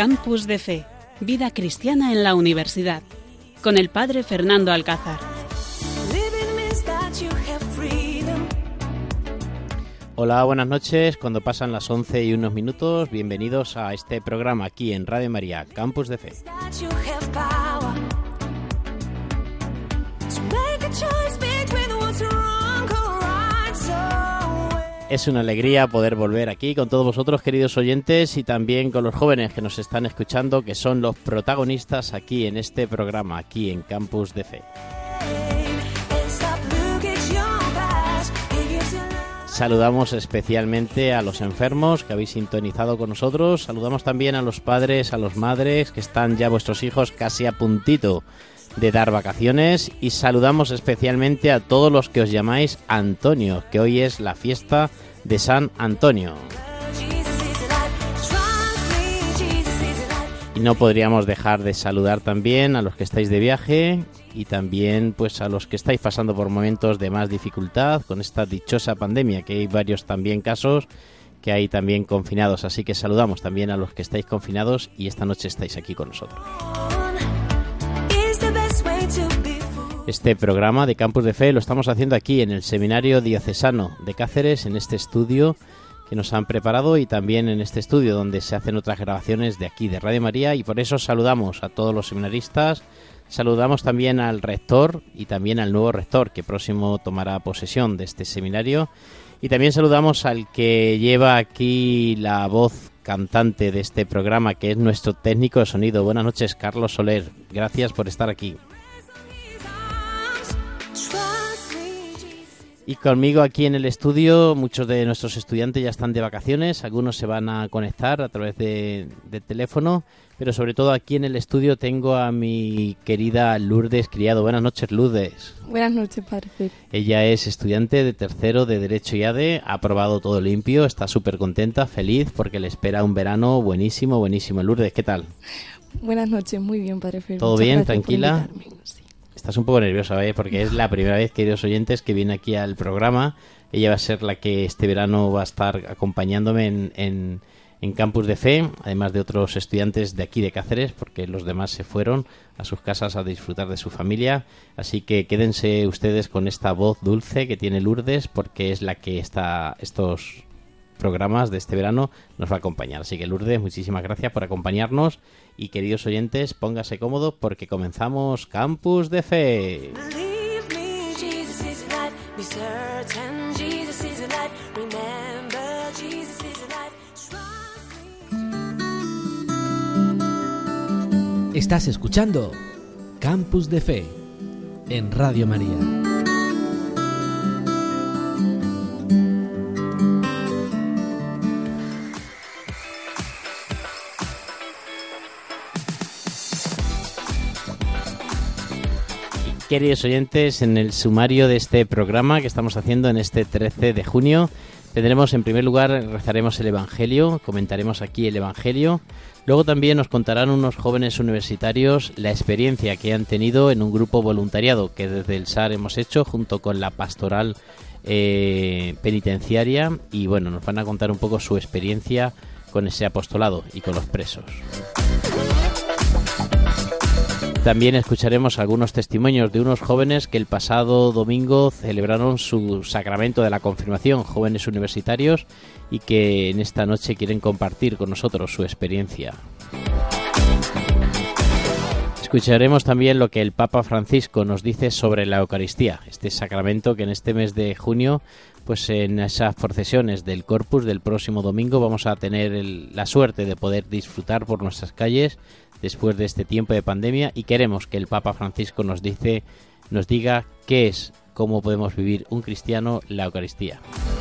Campus de Fe, vida cristiana en la universidad, con el padre Fernando Alcázar. Hola, buenas noches. Cuando pasan las 11 y unos minutos, bienvenidos a este programa aquí en Radio María, Campus de Fe. Es una alegría poder volver aquí con todos vosotros, queridos oyentes, y también con los jóvenes que nos están escuchando, que son los protagonistas aquí en este programa, aquí en Campus de Fe. Saludamos especialmente a los enfermos que habéis sintonizado con nosotros. Saludamos también a los padres, a los madres, que están ya vuestros hijos casi a puntito de dar vacaciones. Y saludamos especialmente a todos los que os llamáis Antonio, que hoy es la fiesta de San Antonio. Y no podríamos dejar de saludar también a los que estáis de viaje y también pues a los que estáis pasando por momentos de más dificultad con esta dichosa pandemia, que hay varios también casos que hay también confinados. Así que saludamos también a los que estáis confinados y esta noche estáis aquí con nosotros. Este programa de Campus de Fe lo estamos haciendo aquí en el Seminario Diocesano de Cáceres, en este estudio que nos han preparado y también en este estudio donde se hacen otras grabaciones de aquí de Radio María, y por eso saludamos a todos los seminaristas, saludamos también al rector y también al nuevo rector que próximo tomará posesión de este seminario, y también saludamos al que lleva aquí la voz cantante de este programa, que es nuestro técnico de sonido. Buenas noches, Carlos Soler, gracias por estar aquí. Y conmigo aquí en el estudio, muchos de nuestros estudiantes ya están de vacaciones, algunos se van a conectar a través de teléfono, pero sobre todo aquí en el estudio tengo a mi querida Lourdes Criado. Buenas noches, Lourdes. Buenas noches, padre. Ella es estudiante de tercero de Derecho y ADE, ha aprobado todo limpio, está súper contenta, feliz, porque le espera un verano buenísimo, buenísimo. Lourdes, ¿qué tal? Buenas noches, muy bien, padre. ¿Todo bien? ¿Tranquila? Sí. Estás un poco nerviosa, ¿eh? Porque es la primera vez, queridos oyentes, que viene aquí al programa. Ella va a ser la que este verano va a estar acompañándome en Campus de Fe, además de otros estudiantes de aquí de Cáceres, porque los demás se fueron a sus casas a disfrutar de su familia. Así que quédense ustedes con esta voz dulce que tiene Lourdes, porque es la que estos programas de este verano nos va a acompañar. Así que, Lourdes, muchísimas gracias por acompañarnos. Y queridos oyentes, póngase cómodo porque comenzamos Campus de Fe. Estás escuchando Campus de Fe en Radio María. Queridos oyentes, en el sumario de este programa que estamos haciendo en este 13 de junio, tendremos en primer lugar, rezaremos el Evangelio, comentaremos aquí el Evangelio. Luego también nos contarán unos jóvenes universitarios la experiencia que han tenido en un grupo voluntariado que desde el SAR hemos hecho junto con la pastoral penitenciaria, y bueno, nos van a contar un poco su experiencia con ese apostolado y con los presos. También escucharemos algunos testimonios de unos jóvenes que el pasado domingo celebraron su sacramento de la confirmación, jóvenes universitarios, y que en esta noche quieren compartir con nosotros su experiencia. Escucharemos también lo que el Papa Francisco nos dice sobre la Eucaristía, este sacramento que en este mes de junio, pues en esas procesiones del Corpus del próximo domingo vamos a tener la suerte de poder disfrutar por nuestras calles después de este tiempo de pandemia, y queremos que el Papa Francisco nos diga qué es, cómo podemos vivir un cristiano la Eucaristía.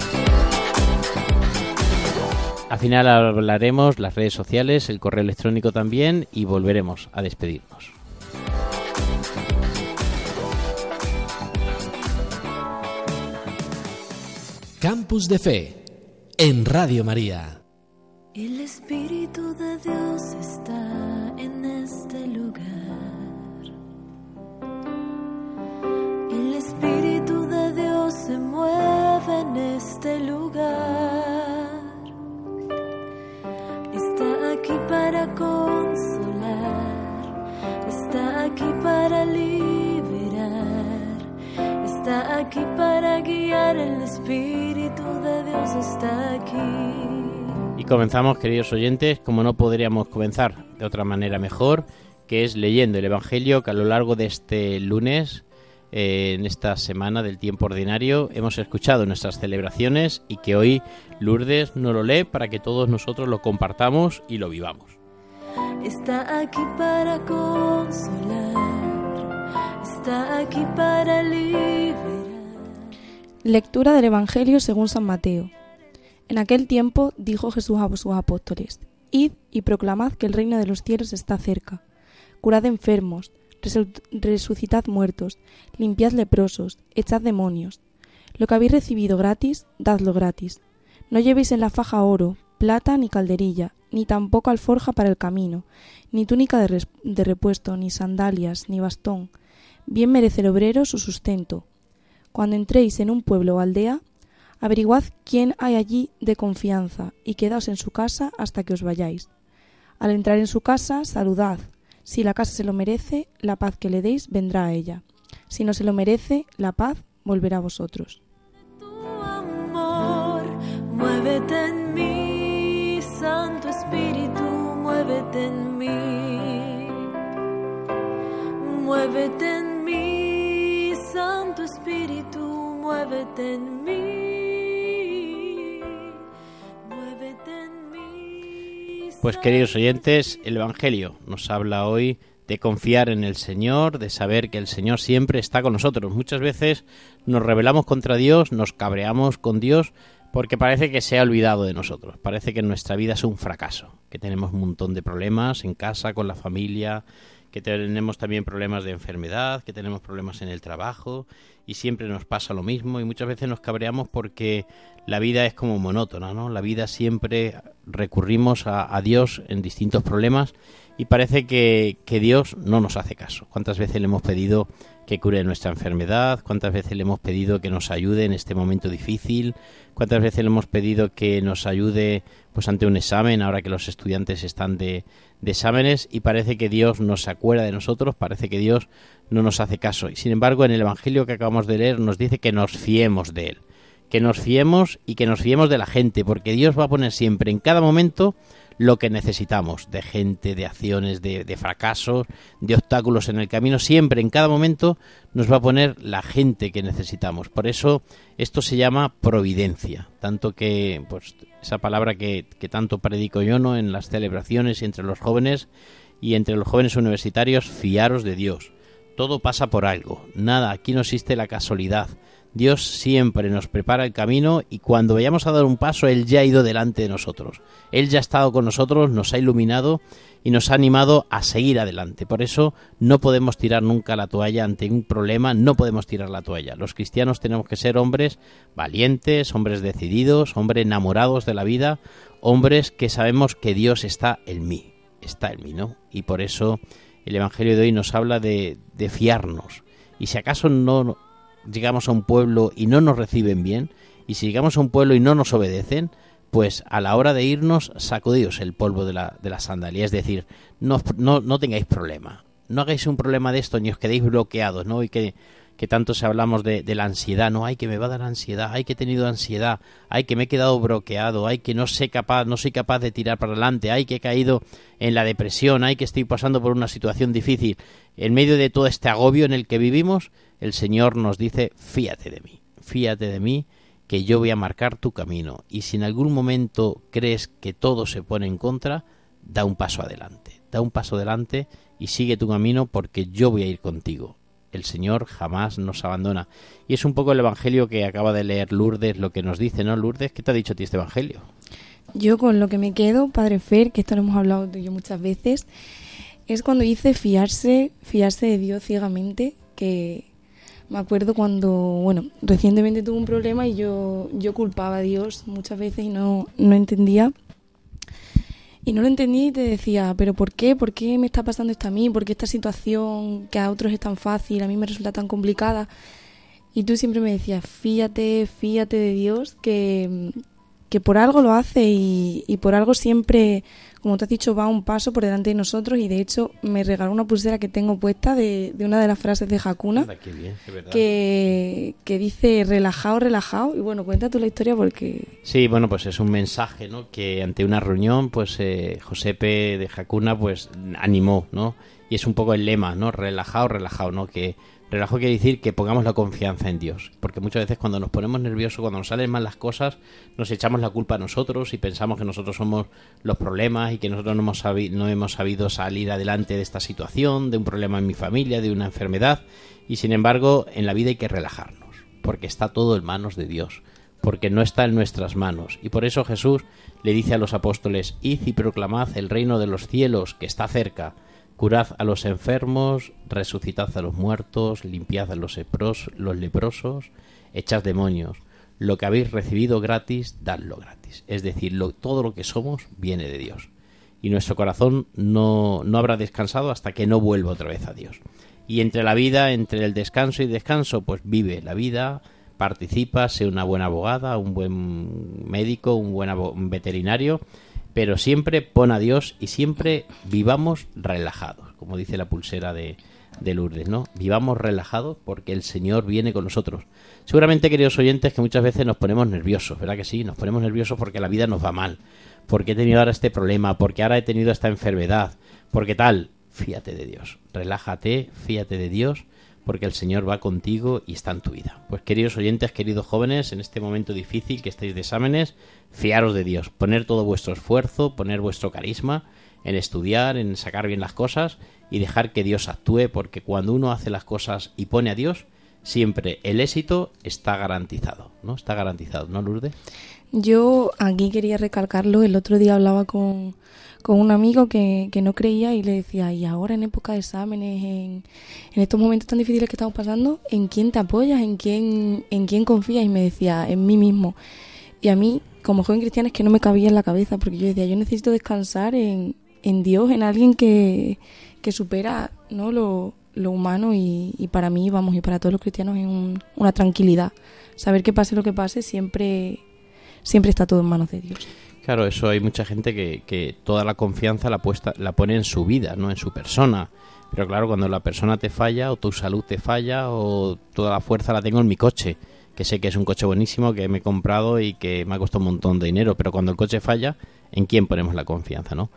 Al final hablaremos las redes sociales, el correo electrónico también, y volveremos a despedirnos. Campus de Fe en Radio María. El Espíritu de Dios está en este lugar. El Espíritu de Dios se mueve en este lugar. Está aquí para consolar, está aquí para liberar, está aquí para guiar, el Espíritu de Dios está aquí. Y comenzamos, queridos oyentes, como no podríamos comenzar de otra manera mejor, que es leyendo el Evangelio que a lo largo de este lunes, en esta semana del tiempo ordinario, hemos escuchado en nuestras celebraciones y que hoy Lourdes nos lo lee para que todos nosotros lo compartamos y lo vivamos. Está aquí para consolar, está aquí para liberar. Lectura del Evangelio según San Mateo. En aquel tiempo dijo Jesús a sus apóstoles: Id y proclamad que el reino de los cielos está cerca. Curad enfermos, resucitad muertos, limpiad leprosos, echad demonios. Lo que habéis recibido gratis, dadlo gratis. No llevéis en la faja oro, plata ni calderilla, ni tampoco alforja para el camino, ni túnica de repuesto, ni sandalias, ni bastón. Bien merece el obrero su sustento. Cuando entréis en un pueblo o aldea, averiguad quién hay allí de confianza, y quedaos en su casa hasta que os vayáis. Al entrar en su casa, saludad. Si la casa se lo merece, la paz que le deis vendrá a ella. Si no se lo merece, la paz volverá a vosotros. Tu amor, muévete en mí, Santo Espíritu, muévete en mí. Muévete en mí, Santo Espíritu, muévete en mí. Muévete en mí. Pues queridos oyentes, el Evangelio nos habla hoy de confiar en el Señor, de saber que el Señor siempre está con nosotros. Muchas veces nos rebelamos contra Dios, nos cabreamos con Dios porque parece que se ha olvidado de nosotros. Parece que nuestra vida es un fracaso, que tenemos un montón de problemas en casa, con la familia, que tenemos también problemas de enfermedad, que tenemos problemas en el trabajo y siempre nos pasa lo mismo y muchas veces nos cabreamos porque la vida es como monótona, ¿no? La vida siempre recurrimos a Dios en distintos problemas y parece que Dios no nos hace caso. ¿Cuántas veces le hemos pedido que cure nuestra enfermedad? ¿Cuántas veces le hemos pedido que nos ayude en este momento difícil? ¿Cuántas veces le hemos pedido que nos ayude pues ante un examen, ahora que los estudiantes están de exámenes? Y parece que Dios no se acuerda de nosotros, parece que Dios no nos hace caso. Y sin embargo, en el Evangelio que acabamos de leer nos dice que nos fiemos de Él, que nos fiemos y que nos fiemos de la gente, porque Dios va a poner siempre, en cada momento, lo que necesitamos, de gente, de acciones, de fracasos, de obstáculos en el camino. Siempre, en cada momento, nos va a poner la gente que necesitamos. Por eso, esto se llama providencia. Tanto que, pues, esa palabra que tanto predico yo, ¿no?, en las celebraciones y entre los jóvenes universitarios, fiaros de Dios. Todo pasa por algo. Nada, aquí no existe la casualidad. Dios siempre nos prepara el camino y cuando vayamos a dar un paso, Él ya ha ido delante de nosotros. Él ya ha estado con nosotros, nos ha iluminado y nos ha animado a seguir adelante. Por eso no podemos tirar nunca la toalla ante un problema, no podemos tirar la toalla. Los cristianos tenemos que ser hombres valientes, hombres decididos, hombres enamorados de la vida, hombres que sabemos que Dios está en mí, ¿no? Y por eso el Evangelio de hoy nos habla de fiarnos. Y si acaso no llegamos a un pueblo y no nos reciben bien, y si llegamos a un pueblo y no nos obedecen, pues a la hora de irnos, sacudíos el polvo de la sandalia. Es decir, no tengáis problema, no hagáis un problema de esto, ni os quedéis bloqueados, ¿no? Y que tanto se hablamos de la ansiedad, ¿no? Ay, que me va a dar ansiedad, ay, que he tenido ansiedad, ay, que me he quedado bloqueado, ay, que no soy capaz de tirar para adelante, ay, que he caído en la depresión, ay, que estoy pasando por una situación difícil. En medio de todo este agobio en el que vivimos, el Señor nos dice: fíate de mí, que yo voy a marcar tu camino. Y si en algún momento crees que todo se pone en contra, da un paso adelante y sigue tu camino, porque yo voy a ir contigo. El Señor jamás nos abandona. Y es un poco el Evangelio que acaba de leer Lourdes, lo que nos dice, ¿no, Lourdes? ¿Qué te ha dicho a ti este Evangelio? Yo con lo que me quedo, Padre Fer, que esto lo hemos hablado tú y yo muchas veces, es cuando dice fiarse de Dios ciegamente, que me acuerdo cuando, recientemente tuve un problema y yo culpaba a Dios muchas veces y no entendía. Y no lo entendí y te decía, ¿pero por qué? ¿Por qué me está pasando esto a mí? ¿Por qué esta situación que a otros es tan fácil, a mí me resulta tan complicada? Y tú siempre me decías, fíate de Dios, que por algo lo hace y por algo siempre, como te has dicho, va un paso por delante de nosotros. Y de hecho me regaló una pulsera que tengo puesta de una de las frases de Hakuna, que dice relajado, relajado. Y bueno, cuenta tú la historia porque... Sí, bueno, pues es un mensaje, ¿no? Que ante una reunión, pues Josepe de Hakuna pues animó, ¿no? Y es un poco el lema, ¿no? Relajado, relajado, ¿no? Que relajo quiere decir que pongamos la confianza en Dios, porque muchas veces cuando nos ponemos nerviosos, cuando nos salen mal las cosas, nos echamos la culpa a nosotros y pensamos que nosotros somos los problemas y que nosotros no hemos sabido salir adelante de esta situación, de un problema en mi familia, de una enfermedad, y sin embargo en la vida hay que relajarnos, porque está todo en manos de Dios, porque no está en nuestras manos, y por eso Jesús le dice a los apóstoles: id y proclamad el reino de los cielos que está cerca. Curad a los enfermos, resucitad a los muertos, limpiad a los leprosos, echad demonios. Lo que habéis recibido gratis, dadlo gratis. Es decir, todo lo que somos viene de Dios. Y nuestro corazón no habrá descansado hasta que no vuelva otra vez a Dios. Y entre la vida, entre el descanso y descanso, pues vive la vida, participa, sé una buena abogada, un buen médico, un buen veterinario, pero siempre pon a Dios y siempre vivamos relajados, como dice la pulsera de Lourdes, ¿no? Vivamos relajados porque el Señor viene con nosotros. Seguramente, queridos oyentes, que muchas veces nos ponemos nerviosos, ¿verdad que sí? Nos ponemos nerviosos porque la vida nos va mal, porque he tenido ahora este problema, porque ahora he tenido esta enfermedad, porque tal. Fíate de Dios, relájate, fíate de Dios, porque el Señor va contigo y está en tu vida. Pues queridos oyentes, queridos jóvenes, en este momento difícil que estáis de exámenes, fiaros de Dios, poner todo vuestro esfuerzo, poner vuestro carisma en estudiar, en sacar bien las cosas y dejar que Dios actúe, porque cuando uno hace las cosas y pone a Dios, siempre el éxito está garantizado, ¿no? Está garantizado, ¿no, Lourdes? Yo aquí quería recalcarlo. El otro día hablaba con un amigo que no creía y le decía: y ahora en época de exámenes, en estos momentos tan difíciles que estamos pasando, ¿en quién te apoyas? ¿En quién confías? Y me decía: en mí mismo. Y a mí, como joven cristiana, es que no me cabía en la cabeza, porque yo decía: yo necesito descansar en Dios, en alguien que supera, ¿no?, lo humano, y para mí, vamos, y para todos los cristianos es una tranquilidad. Saber que pase lo que pase, siempre está todo en manos de Dios. Claro, eso hay mucha gente que toda la confianza la pone en su vida, no en su persona. Pero claro, cuando la persona te falla, o tu salud te falla, o toda la fuerza la tengo en mi coche, que sé que es un coche buenísimo, que me he comprado y que me ha costado un montón de dinero, pero cuando el coche falla, ¿en quién ponemos la confianza, no?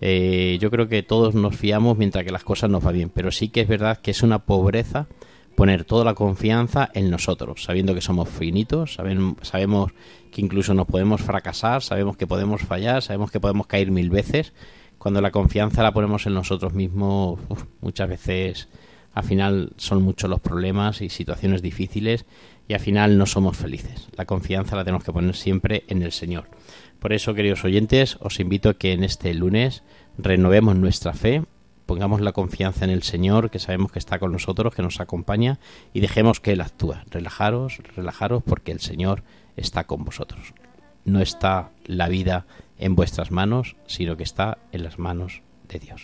Yo creo que todos nos fiamos mientras que las cosas nos van bien, pero sí que es verdad que es una pobreza poner toda la confianza en nosotros, sabiendo que somos finitos, sabemos que incluso nos podemos fracasar, sabemos que podemos fallar, sabemos que podemos caer 1000 veces. Cuando la confianza la ponemos en nosotros mismos, muchas veces al final son muchos los problemas y situaciones difíciles, y al final no somos felices. La confianza la tenemos que poner siempre en el Señor. Por eso, queridos oyentes, os invito a que en este lunes renovemos nuestra fe, pongamos la confianza en el Señor, que sabemos que está con nosotros, que nos acompaña, y dejemos que Él actúe. Relajaros, porque el Señor está con vosotros. No está la vida en vuestras manos, sino que está en las manos de Dios.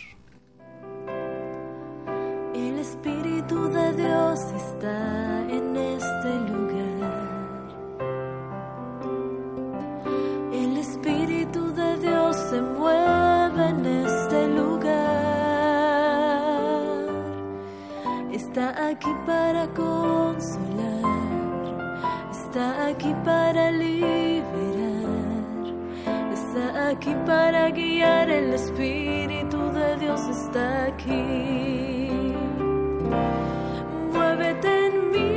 El Espíritu de Dios está en este lugar. El Espíritu de Dios se mueve en este lugar. Está aquí para consolar, está aquí para liberar, está aquí para guiar. El Espíritu de Dios está aquí. Muévete en mí,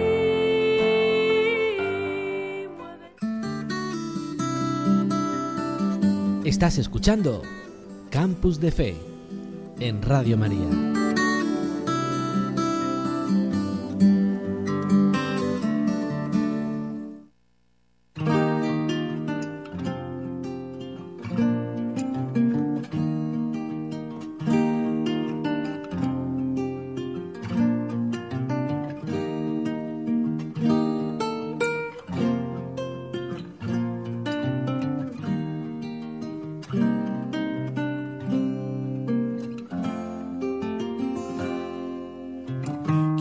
muévete. Estás escuchando Campus de Fe en Radio María.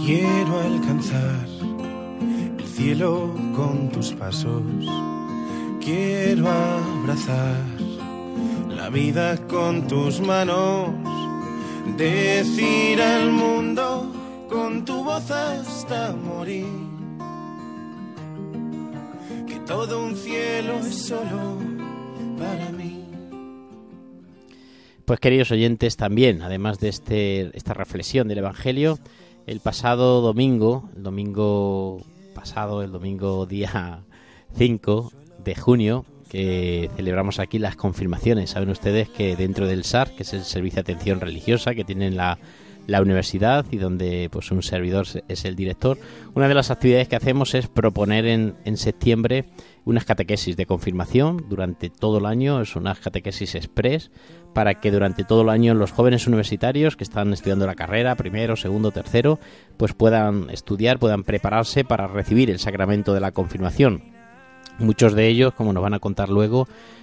Quiero alcanzar el cielo con tus pasos, Quiero abrazar la vida con tus manos, decir al mundo con tu voz hasta morir que todo un cielo es solo para mí. Pues queridos oyentes, también, además de esta reflexión del Evangelio, el pasado domingo, el domingo día 5 de junio, que celebramos aquí las confirmaciones. Saben ustedes que dentro del SAR, que es el Servicio de Atención Religiosa que tienen la universidad y donde pues un servidor es el director, una de las actividades que hacemos es proponer en septiembre unas catequesis de confirmación durante todo el año. Es unas catequesis express para que durante todo el año los jóvenes universitarios que están estudiando la carrera, primero, segundo, tercero, pues puedan estudiar, puedan prepararse para recibir el sacramento de la confirmación. Muchos de ellos, como nos van a contar luego,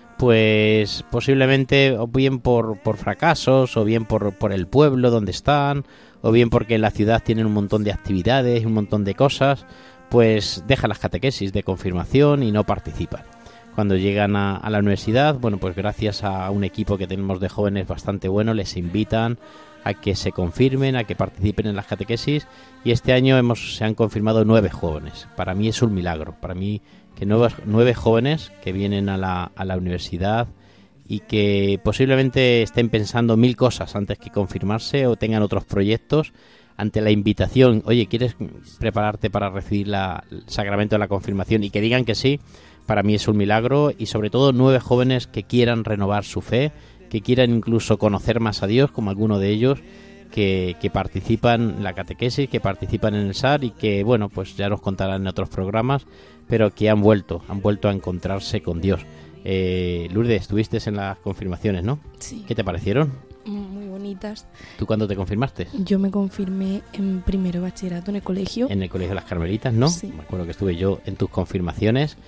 pues posiblemente o bien por fracasos, o bien por el pueblo donde están, o bien porque en la ciudad tienen un montón de actividades, un montón de cosas, pues dejan las catequesis de confirmación y no participan. Cuando llegan a la universidad, bueno, pues gracias a un equipo que tenemos de jóvenes bastante bueno, les invitan a que se confirmen, a que participen en las catequesis, y este año se han confirmado 9 jóvenes. Para mí es un milagro, para mí que 9 jóvenes que vienen a la universidad y que posiblemente estén pensando 1000 cosas antes que confirmarse o tengan otros proyectos, ante la invitación, oye, ¿quieres prepararte para recibir el sacramento de la confirmación? Y que digan que sí, para mí es un milagro. Y sobre todo 9 jóvenes que quieran renovar su fe, que quieran incluso conocer más a Dios, como alguno de ellos, que participan en la catequesis, que participan en el SAR y que, bueno, pues ya nos contarán en otros programas, pero que han vuelto a encontrarse con Dios. Lourdes, estuviste en las confirmaciones, ¿no? Sí. ¿Qué te parecieron? Muy bonitas. ¿Tú cuándo te confirmaste? Yo me confirmé en primero de bachillerato en el colegio. En el colegio de las Carmelitas, ¿no? Sí. Me acuerdo que estuve yo en tus confirmaciones.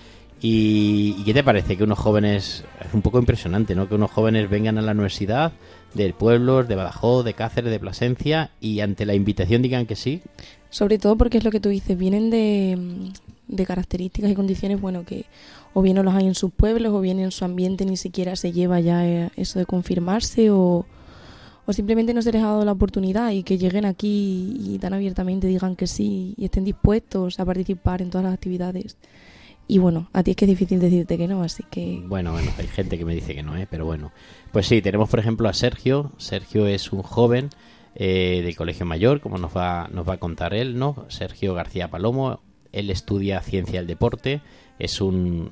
¿Y qué te parece? Que unos jóvenes, es un poco impresionante, ¿no? Que unos jóvenes vengan a la universidad del pueblo, de Badajoz, de Cáceres, de Plasencia, y ante la invitación digan que sí. Sobre todo porque es lo que tú dices, vienen de características y condiciones, bueno, que o bien no los hay en sus pueblos, o bien en su ambiente ni siquiera se lleva ya eso de confirmarse, o simplemente no se les ha dado la oportunidad, y que lleguen aquí y tan abiertamente digan que sí y estén dispuestos a participar en todas las actividades. Y bueno, a ti es que es difícil decirte que no, así que... Bueno, hay gente que me dice que no, pero bueno. Pues sí, tenemos por ejemplo a Sergio. Sergio es un joven del Colegio Mayor, como nos va a contar él, ¿no? Sergio García Palomo. Él estudia Ciencia del Deporte. Es un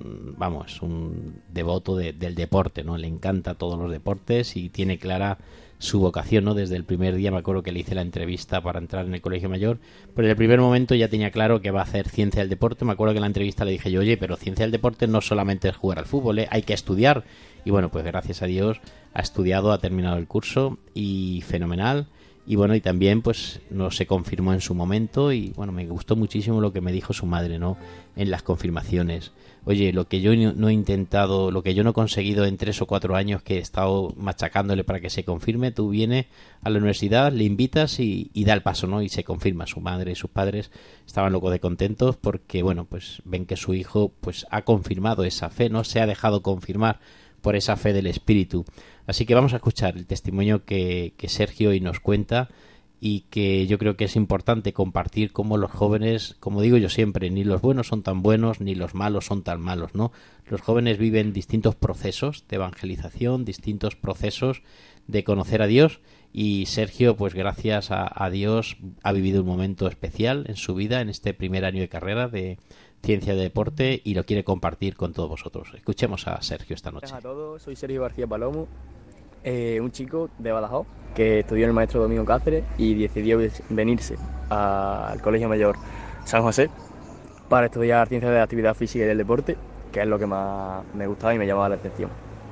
devoto del deporte, ¿no? Le encanta todos los deportes y tiene clara su vocación, ¿no? Desde el primer día me acuerdo que le hice la entrevista para entrar en el Colegio Mayor, pero en el primer momento ya tenía claro que va a hacer Ciencia del Deporte. Me acuerdo que en la entrevista le dije yo, oye, pero Ciencia del Deporte no solamente es jugar al fútbol, hay que estudiar. Y bueno, pues gracias a Dios ha estudiado, ha terminado el curso y fenomenal. Y bueno, y también pues no se confirmó en su momento, y bueno, me gustó muchísimo lo que me dijo su madre, ¿no? En las confirmaciones. Oye, lo que yo no he intentado, lo que yo no he conseguido en 3 o 4 años que he estado machacándole para que se confirme, tú vienes a la universidad, le invitas y da el paso, ¿no? Y se confirma. Su madre y sus padres estaban locos de contentos porque, bueno, pues ven que su hijo pues ha confirmado esa fe, ¿no? Se ha dejado confirmar por esa fe del Espíritu. Así que vamos a escuchar el testimonio que Sergio hoy nos cuenta, y que yo creo que es importante compartir cómo los jóvenes, como digo yo siempre, ni los buenos son tan buenos ni los malos son tan malos, ¿no? Los jóvenes viven distintos procesos de evangelización, distintos procesos de conocer a Dios, y Sergio, pues gracias a Dios, ha vivido un momento especial en su vida en este primer año de carrera de Ciencia de Deporte, y lo quiere compartir con todos vosotros. Escuchemos a Sergio esta noche. Hola a todos, soy Sergio García Palomo, un chico de Badajoz que estudió en el maestro Domingo Cáceres y decidió venirse al Colegio Mayor San José para estudiar Ciencias de la Actividad Física y del Deporte, que es lo que más me gustaba y me llamaba la atención.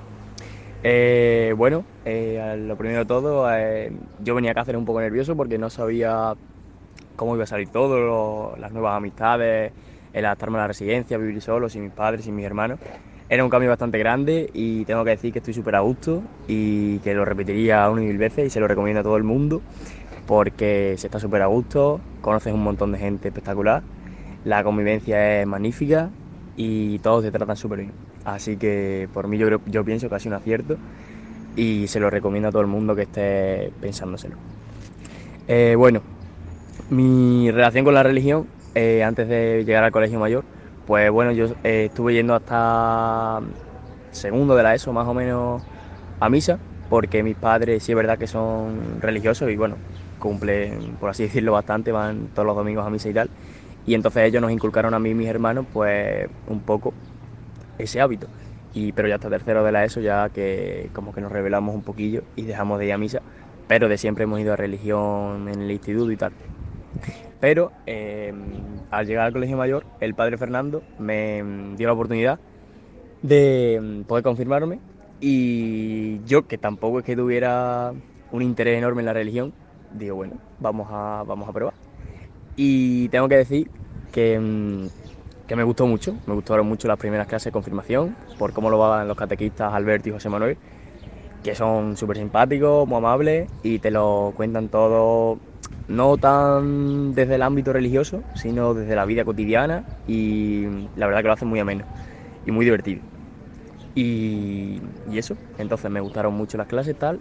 Lo primero de todo, yo venía a Cáceres un poco nervioso porque no sabía cómo iba a salir todo, las nuevas amistades, el adaptarme a la residencia, vivir solo, sin mis padres, sin mis hermanos. Era un cambio bastante grande y tengo que decir que estoy súper a gusto y que lo repetiría 1 y 1000 veces, y se lo recomiendo a todo el mundo porque se está súper a gusto, conoces un montón de gente espectacular, la convivencia es magnífica y todos te tratan súper bien. Así que por mí yo pienso que ha sido un acierto y se lo recomiendo a todo el mundo que esté pensándoselo. Bueno, mi relación con la religión, antes de llegar al colegio mayor, pues bueno, yo estuve yendo hasta segundo de la ESO más o menos a misa, porque mis padres sí es verdad que son religiosos y bueno, cumplen, por así decirlo, bastante, van todos los domingos a misa y tal, y entonces ellos nos inculcaron a mí y mis hermanos pues un poco ese hábito, pero ya hasta tercero de la ESO ya que como que nos rebelamos un poquillo y dejamos de ir a misa, pero de siempre hemos ido a religión en el instituto y tal. Pero al llegar al colegio mayor, el padre Fernando me dio la oportunidad de poder confirmarme y yo, que tampoco es que tuviera un interés enorme en la religión, digo, bueno, vamos a probar. Y tengo que decir que me gustó mucho, me gustaron mucho las primeras clases de confirmación, por cómo lo van los catequistas Alberto y José Manuel, que son súper simpáticos, muy amables y te lo cuentan todo, no tan desde el ámbito religioso, sino desde la vida cotidiana y la verdad que lo hacen muy ameno y muy divertido. Y eso, entonces me gustaron mucho las clases tal,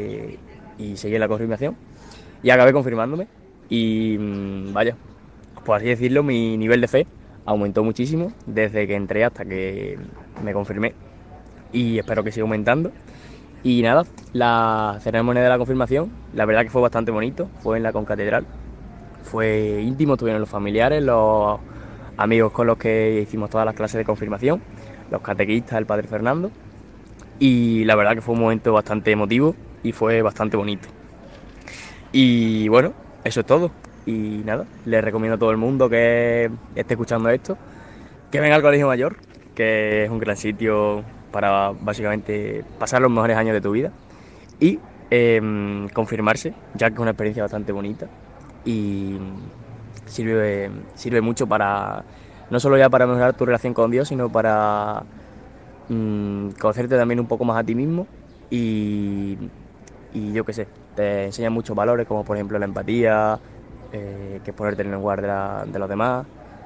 y seguí en la confirmación y acabé confirmándome y vaya, por así decirlo, mi nivel de fe aumentó muchísimo desde que entré hasta que me confirmé y espero que siga aumentando. Y nada, la ceremonia de la confirmación, la verdad que fue bastante bonito, fue en la concatedral, fue íntimo, estuvieron los familiares, los amigos con los que hicimos todas las clases de confirmación, los catequistas, el padre Fernando, y la verdad que fue un momento bastante emotivo y fue bastante bonito. Y bueno, eso es todo. Y nada, les recomiendo a todo el mundo que esté escuchando esto, que venga al colegio mayor, que es un gran sitio para básicamente pasar los mejores años de tu vida y confirmarse, ya que es una experiencia bastante bonita y sirve mucho para, no solo ya para mejorar tu relación con Dios, sino para conocerte también un poco más a ti mismo y yo qué sé, te enseñan muchos valores como por ejemplo la empatía, que es ponerte en el lugar de los demás,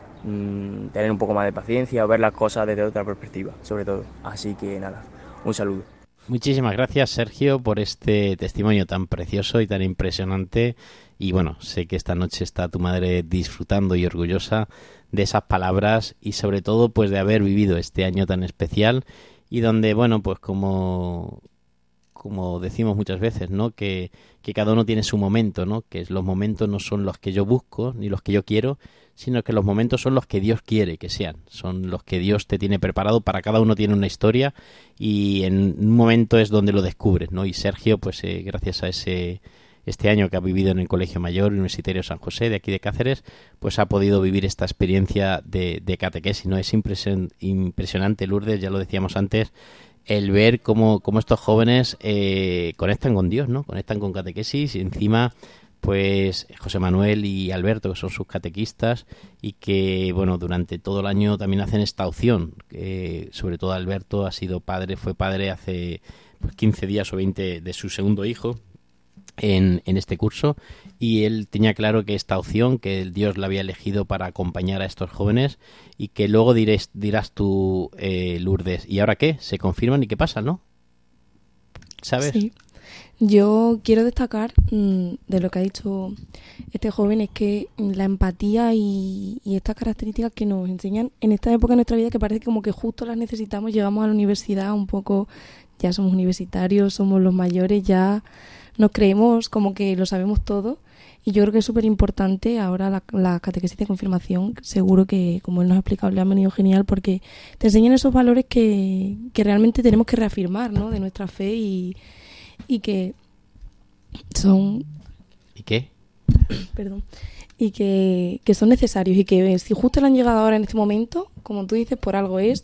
tener un poco más de paciencia o ver las cosas desde otra perspectiva, sobre todo. Así que nada, un saludo. Muchísimas gracias, Sergio, por este testimonio tan precioso y tan impresionante. Y bueno, sé que esta noche está tu madre disfrutando y orgullosa de esas palabras y sobre todo pues de haber vivido este año tan especial y donde, bueno, pues como decimos muchas veces, ¿no? Que cada uno tiene su momento, ¿no? Que los momentos no son los que yo busco ni los que yo quiero, sino que los momentos son los que Dios quiere que sean, son los que Dios te tiene preparado, para cada uno tiene una historia y en un momento es donde lo descubres, ¿no? Y Sergio, pues gracias a este año que ha vivido en el Colegio Mayor Universitario San José de aquí de Cáceres, pues ha podido vivir esta experiencia de catequesis, ¿no? Es impresionante, Lourdes, ya lo decíamos antes, el ver cómo estos jóvenes conectan con Dios, ¿no? Conectan con catequesis y encima pues José Manuel y Alberto, que son sus catequistas y que, bueno, durante todo el año también hacen esta opción. Sobre todo Alberto fue padre hace 15 días o 20 de su segundo hijo en este curso y él tenía claro que esta opción, que el Dios la había elegido para acompañar a estos jóvenes y que luego dirás tú, Lourdes, ¿y ahora qué? ¿Se confirman y qué pasa, no? ¿Sabes? Sí. Yo quiero destacar de lo que ha dicho este joven es que la empatía y estas características que nos enseñan en esta época de nuestra vida que parece como que justo las necesitamos, llegamos a la universidad un poco, ya somos universitarios, somos los mayores, ya nos creemos como que lo sabemos todo y yo creo que es súper importante ahora la catequesis de confirmación, seguro que como él nos ha explicado le ha venido genial porque te enseñan esos valores que realmente tenemos que reafirmar, ¿no? De nuestra fe y que son... ¿Y qué? Perdón. Y que son necesarios y que si justo le han llegado ahora en este momento, como tú dices, por algo es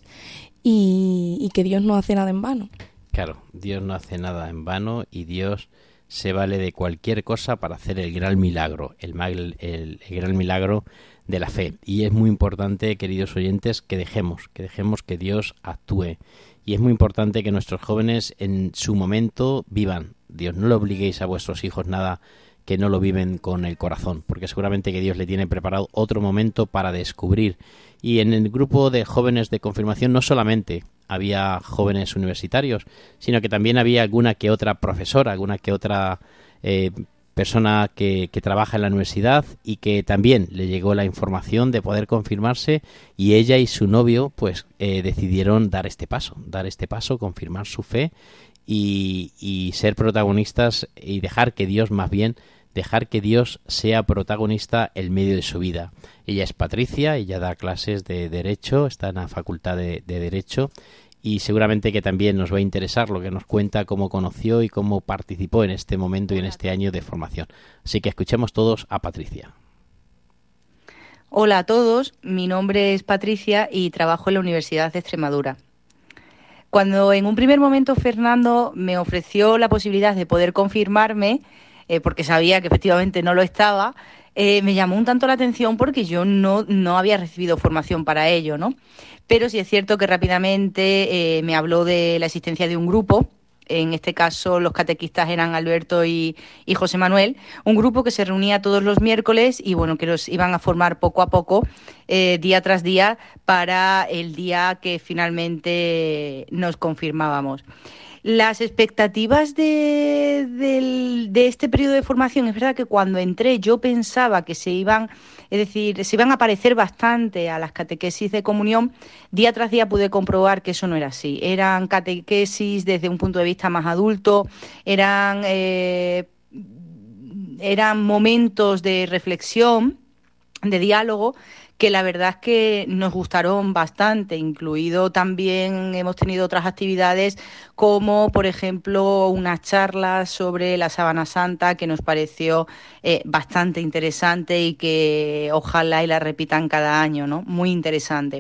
y que Dios no hace nada en vano. Claro, Dios no hace nada en vano y Dios se vale de cualquier cosa para hacer el gran milagro, el gran milagro de la fe. Y es muy importante, queridos oyentes, que dejemos que Dios actúe. Y es muy importante que nuestros jóvenes en su momento vivan. Dios, no le obliguéis a vuestros hijos nada que no lo viven con el corazón, porque seguramente que Dios le tiene preparado otro momento para descubrir Y en el grupo de jóvenes de confirmación no solamente había jóvenes universitarios, sino que también había alguna que otra profesora, alguna que otra persona que trabaja en la universidad y que también le llegó la información de poder confirmarse, y ella y su novio pues decidieron dar este paso, confirmar su fe y ser protagonistas y dejar que Dios sea protagonista en medio de su vida. Ella es Patricia, ella da clases de Derecho, está en la Facultad de Derecho, y seguramente que también nos va a interesar lo que nos cuenta, cómo conoció y cómo participó en este momento y en este año de formación. Así que escuchemos todos a Patricia. Hola a todos, mi nombre es Patricia y trabajo en la Universidad de Extremadura. Cuando en un primer momento Fernando me ofreció la posibilidad de poder confirmarme, porque sabía que efectivamente no lo estaba, me llamó un tanto la atención porque yo no había recibido formación para ello, ¿no? Pero sí es cierto que rápidamente me habló de la existencia de un grupo. En este caso los catequistas eran Alberto y José Manuel, un grupo que se reunía todos los miércoles y bueno, que los iban a formar poco a poco, día tras día, para el día que finalmente nos confirmábamos. Las expectativas de este periodo de formación, es verdad que cuando entré yo pensaba que se iban a parecer bastante a las catequesis de comunión. Día tras día pude comprobar que eso no era así. Eran catequesis desde un punto de vista más adulto, eran momentos de reflexión, de diálogo, que la verdad es que nos gustaron bastante, incluido también hemos tenido otras actividades como, por ejemplo, unas charlas sobre la Sábana Santa que nos pareció bastante interesante y que ojalá y la repitan cada año, ¿no? Muy interesante.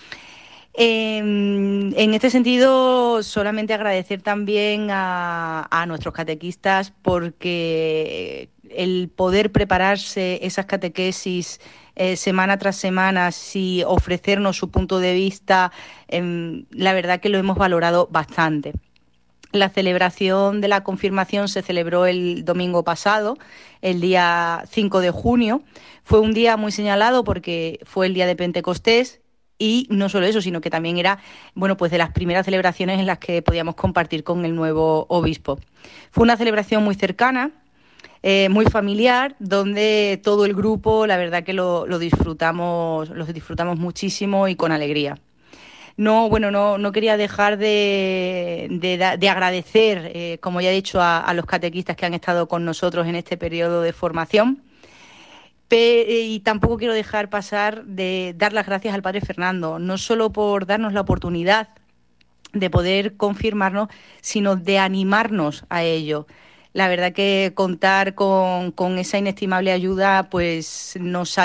En este sentido, solamente agradecer también a nuestros catequistas, porque el poder prepararse esas catequesis semana tras semana y ofrecernos su punto de vista, la verdad que lo hemos valorado bastante. La celebración de la confirmación se celebró el domingo pasado, el día 5 de junio. Fue un día muy señalado porque fue el día de Pentecostés. Y no solo eso, sino que también era, bueno, pues de las primeras celebraciones en las que podíamos compartir con el nuevo obispo. Fue una celebración muy cercana, muy familiar, donde todo el grupo, la verdad que lo disfrutamos muchísimo y con alegría. No quería dejar de agradecer, como ya he dicho, a los catequistas que han estado con nosotros en este periodo de formación. Y tampoco quiero dejar pasar de dar las gracias al Padre Fernando, no solo por darnos la oportunidad de poder confirmarnos, sino de animarnos a ello. La verdad que contar con esa inestimable ayuda pues nos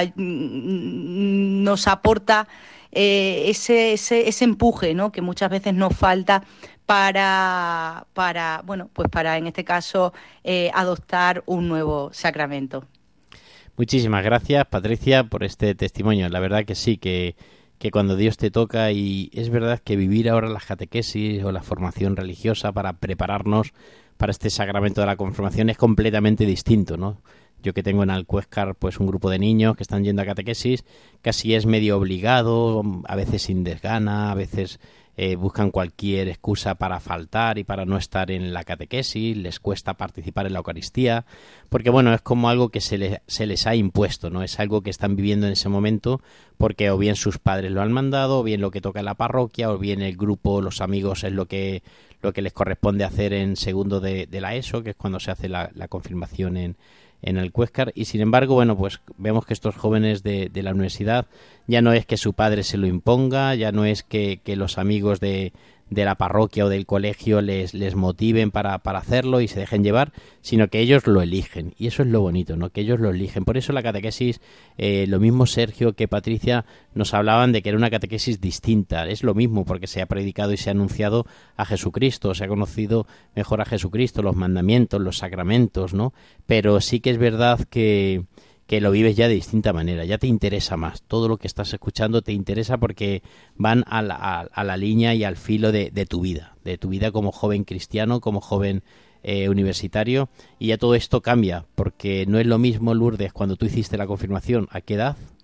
aporta ese empuje, ¿no?, que muchas veces nos falta para en este caso adoptar un nuevo sacramento. Muchísimas gracias, Patricia, por este testimonio. La verdad que sí, que cuando Dios te toca, y es verdad que vivir ahora las catequesis o la formación religiosa para prepararnos para este sacramento de la confirmación es completamente distinto, ¿no? Yo que tengo en Alcuéscar pues un grupo de niños que están yendo a catequesis, casi es medio obligado, a veces sin desgana, a veces buscan cualquier excusa para faltar y para no estar en la catequesis, les cuesta participar en la Eucaristía, porque bueno, es como algo que se les ha impuesto, ¿no? Es algo que están viviendo en ese momento porque o bien sus padres lo han mandado, o bien lo que toca en la parroquia, o bien el grupo, los amigos es lo que les corresponde hacer en segundo de la ESO, que es cuando se hace la confirmación en Alcuéscar. Y sin embargo, bueno, pues vemos que estos jóvenes de la universidad ya no es que su padre se lo imponga, ya no es que los amigos de la parroquia o del colegio les motiven para hacerlo y se dejen llevar, sino que ellos lo eligen. Y eso es lo bonito, ¿no?, que ellos lo eligen. Por eso la catequesis, lo mismo Sergio que Patricia nos hablaban de que era una catequesis distinta. Es lo mismo porque se ha predicado y se ha anunciado a Jesucristo, se ha conocido mejor a Jesucristo, los mandamientos, los sacramentos, ¿no? Pero sí que es verdad que lo vives ya de distinta manera, ya te interesa más. Todo lo que estás escuchando te interesa porque van a la línea y al filo de tu vida como joven cristiano, como joven universitario, y ya todo esto cambia, porque no es lo mismo, Lourdes, cuando tú hiciste la confirmación. ¿A qué edad?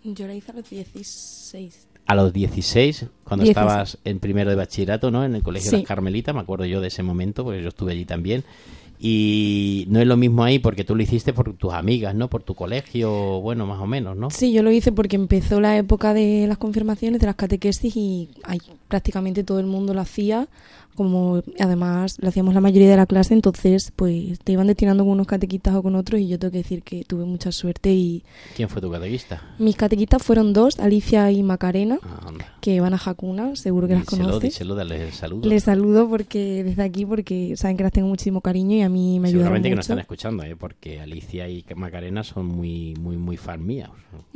Yo la hice a los 16. A los 16, cuando 16. estabas en primero de bachillerato, ¿no? En el colegio Sí. Las Carmelitas, me acuerdo yo de ese momento, porque yo estuve allí también. Y no es lo mismo ahí porque tú lo hiciste por tus amigas, ¿no? Por tu colegio, bueno, más o menos, ¿no? Sí, yo lo hice porque empezó la época de las confirmaciones, de las catequesis, y ahí prácticamente todo el mundo lo hacía, como además lo hacíamos la mayoría de la clase, entonces pues te iban destinando con unos catequistas o con otros, y yo tengo que decir que tuve mucha suerte. Y ¿Quién fue tu catequista? mis catequistas fueron dos, Alicia y Macarena, Ah, anda. que van a Jacuna, seguro que las conoces. Díselo, dale el saludo. Les saludo porque desde aquí, porque saben que las tengo muchísimo cariño y a mí me ayudaron Seguramente que mucho. nos están escuchando, porque Alicia y Macarena son muy fan mías.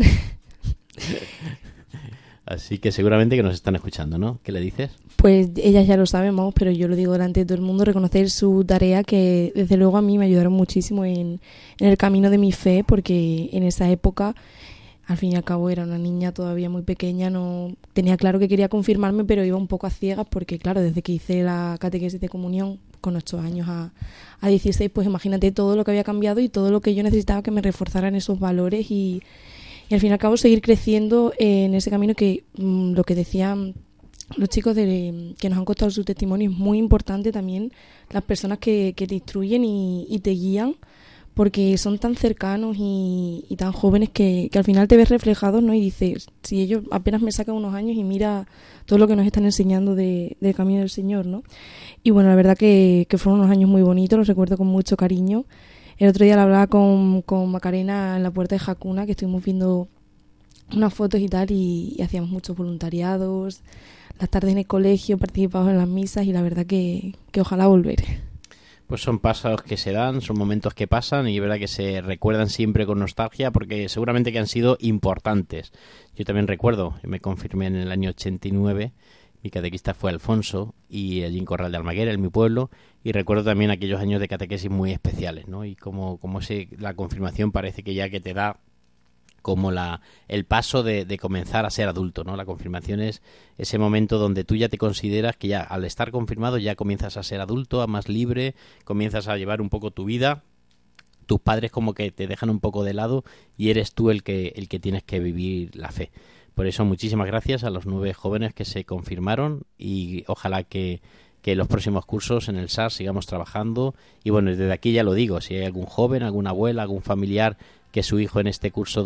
Así que seguramente que nos están escuchando, ¿no? ¿Qué le dices? Pues ellas ya lo saben, vamos, pero yo lo digo delante de todo el mundo, reconocer su tarea, que desde luego a mí me ayudaron muchísimo en el camino de mi fe, porque en esa época, al fin y al cabo, era una niña todavía muy pequeña, no tenía claro que quería confirmarme, pero iba un poco a ciegas, porque claro, desde que hice la catequesis de comunión con 8 años a 16, pues imagínate todo lo que había cambiado y todo lo que yo necesitaba que me reforzaran esos valores, y al fin y al cabo seguir creciendo en ese camino, que lo que decían los chicos que nos han contado su testimonio es muy importante también, las personas que te instruyen y te guían, porque son tan cercanos y tan jóvenes que al final te ves reflejados, ¿no? Y dices, si ellos apenas me sacan unos años y mira todo lo que nos están enseñando del camino del Señor, ¿no? Y bueno, la verdad que fueron unos años muy bonitos, los recuerdo con mucho cariño. El otro día la hablaba con Macarena en la puerta de Jacuna, que estuvimos viendo unas fotos y tal, y hacíamos muchos voluntariados, las tardes en el colegio, participamos en las misas, y la verdad que ojalá volver. Pues son pasos que se dan, son momentos que pasan, y es verdad que se recuerdan siempre con nostalgia, porque seguramente que han sido importantes. Yo también recuerdo, yo me confirmé en el año 89, mi catequista fue Alfonso, y allí en Corral de Almaguera, en mi pueblo, y recuerdo también aquellos años de catequesis muy especiales, ¿no? Y como la confirmación parece que ya que te da como el paso de comenzar a ser adulto, ¿no? La confirmación es ese momento donde tú ya te consideras que ya al estar confirmado ya comienzas a ser adulto, a más libre, comienzas a llevar un poco tu vida, tus padres como que te dejan un poco de lado y eres tú el que tienes que vivir la fe. Por eso muchísimas gracias a los 9 jóvenes que se confirmaron, y ojalá que los próximos cursos en el SAR sigamos trabajando. Y bueno, desde aquí ya lo digo, si hay algún joven, alguna abuela, algún familiar que su hijo en este curso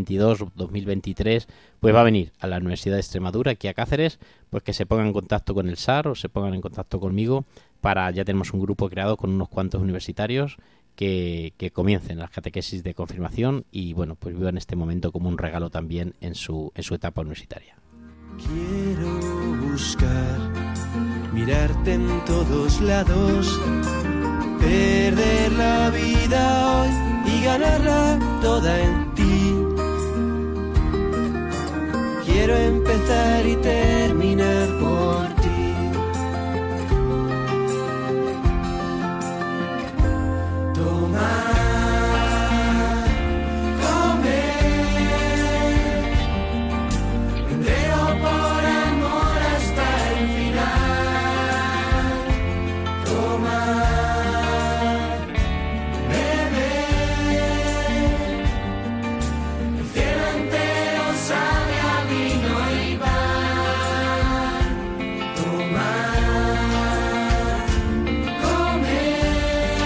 2022-2023 pues va a venir a la Universidad de Extremadura, aquí a Cáceres, pues que se pongan en contacto con el SAR o se pongan en contacto conmigo, ya tenemos un grupo creado con unos cuantos universitarios que comiencen las catequesis de confirmación y bueno, pues vivan este momento como un regalo también en su etapa universitaria. Quiero buscar, mirarte en todos lados, perder la vida hoy y ganarla toda en ti. Quiero empezar y terminar por ti. Tomar, comer, entero por amor hasta el final. Tomar, beber, el cielo entero sabe a vino y pan. Tomar, comer,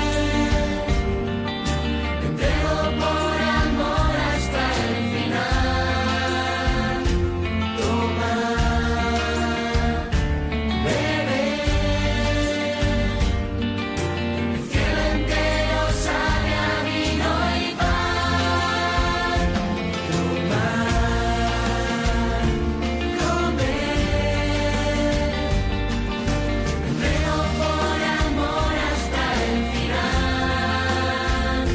entero por amor hasta el final. Tomar, beber, el cielo entero sabe a vino y pan. Tomar, comer, entero por amor hasta el final.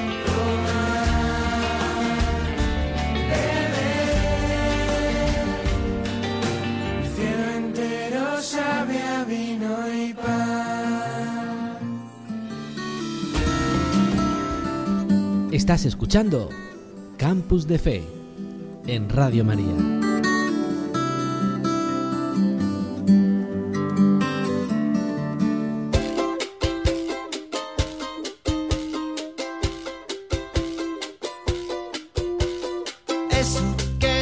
El cielo entero sabe a vino y pan. Estás escuchando Campus de Fe en Radio María. Eso que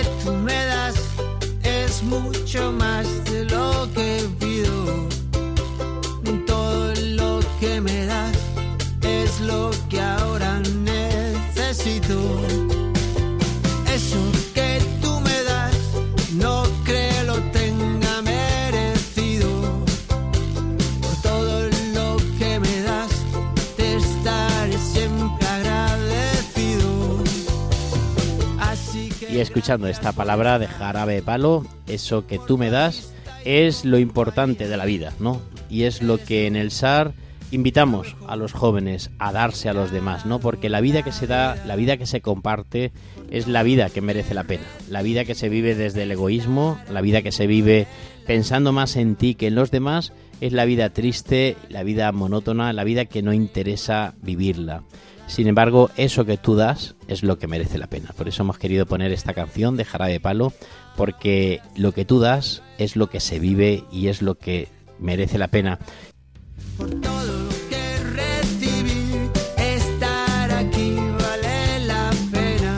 Y escuchando esta palabra de Jarabe de Palo, eso que tú me das es lo importante de la vida, ¿no? Y es lo que en el SAR invitamos a los jóvenes a darse a los demás, ¿no? Porque la vida que se da, la vida que se comparte, es la vida que merece la pena. La vida que se vive desde el egoísmo, la vida que se vive pensando más en ti que en los demás, es la vida triste, la vida monótona, la vida que no interesa vivirla. Sin embargo, eso que tú das es lo que merece la pena. Por eso hemos querido poner esta canción de Jarabe de Palo, porque lo que tú das es lo que se vive y es lo que merece la pena. Por todo lo que recibí, estar aquí vale la pena.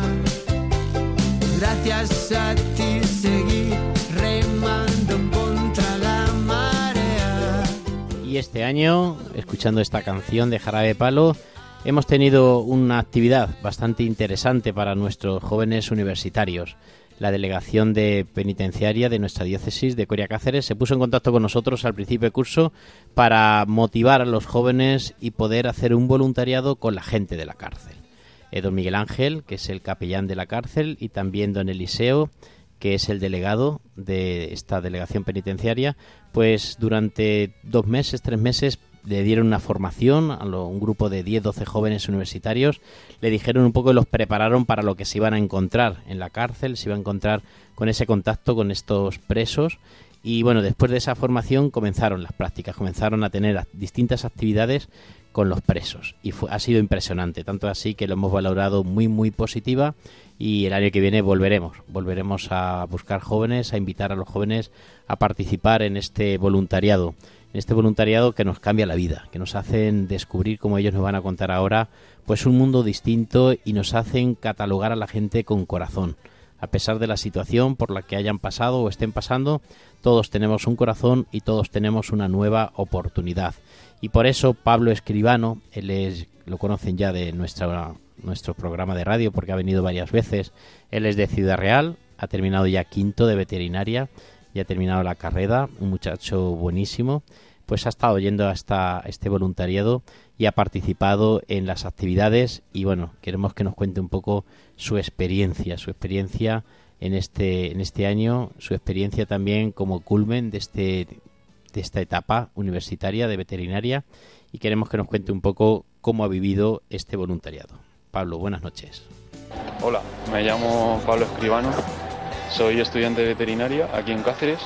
Gracias a ti seguí remando contra la marea. Y este año, escuchando esta canción de Jarabe de Palo, hemos tenido una actividad bastante interesante para nuestros jóvenes universitarios. La delegación de penitenciaria de nuestra diócesis de Coria Cáceres se puso en contacto con nosotros al principio de curso para motivar a los jóvenes y poder hacer un voluntariado con la gente de la cárcel. Don Miguel Ángel, que es el capellán de la cárcel, y también don Eliseo, que es el delegado de esta delegación penitenciaria, pues durante 2 meses, 3 meses, le dieron una formación a un grupo de 10-12 jóvenes universitarios, le dijeron un poco y los prepararon para lo que se iban a encontrar en la cárcel, se iban a encontrar con ese contacto con estos presos. Y bueno, después de esa formación comenzaron las prácticas, comenzaron a tener distintas actividades con los presos y ha sido impresionante, tanto así que lo hemos valorado muy muy positiva, y el año que viene volveremos a buscar jóvenes, a invitar a los jóvenes a participar en este voluntariado que nos cambia la vida, que nos hacen descubrir, como ellos nos van a contar ahora, pues un mundo distinto, y nos hacen catalogar a la gente con corazón. A pesar de la situación por la que hayan pasado o estén pasando, todos tenemos un corazón y todos tenemos una nueva oportunidad. Y por eso Pablo Escribano, lo conocen ya de nuestro programa de radio porque ha venido varias veces, él es de Ciudad Real, ha terminado ya 5º de veterinaria, ya ha terminado la carrera, un muchacho buenísimo, pues ha estado yendo hasta este voluntariado y ha participado en las actividades, y bueno, queremos que nos cuente un poco su experiencia en este año, su experiencia también como culmen de esta etapa universitaria de veterinaria, y queremos que nos cuente un poco cómo ha vivido este voluntariado. Pablo, buenas noches. Hola, me llamo Pablo Escribano, soy estudiante de veterinaria aquí en Cáceres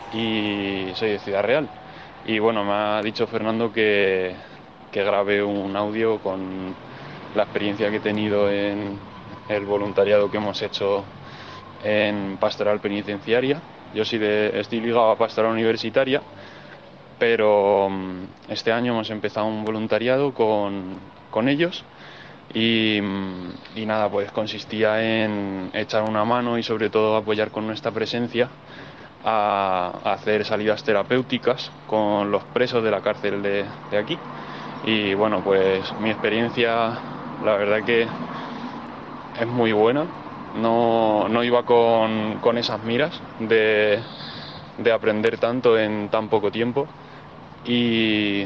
y soy de Ciudad Real. Y bueno, me ha dicho Fernando que grabe un audio con la experiencia que he tenido en el voluntariado que hemos hecho en pastoral penitenciaria. Yo estoy ligado a pastoral universitaria, pero este año hemos empezado un voluntariado con ellos y nada, pues consistía en echar una mano y sobre todo apoyar con nuestra presencia a hacer salidas terapéuticas con los presos de la cárcel de aquí. Y bueno, pues mi experiencia la verdad que es muy buena. No iba con esas miras de aprender tanto en tan poco tiempo, y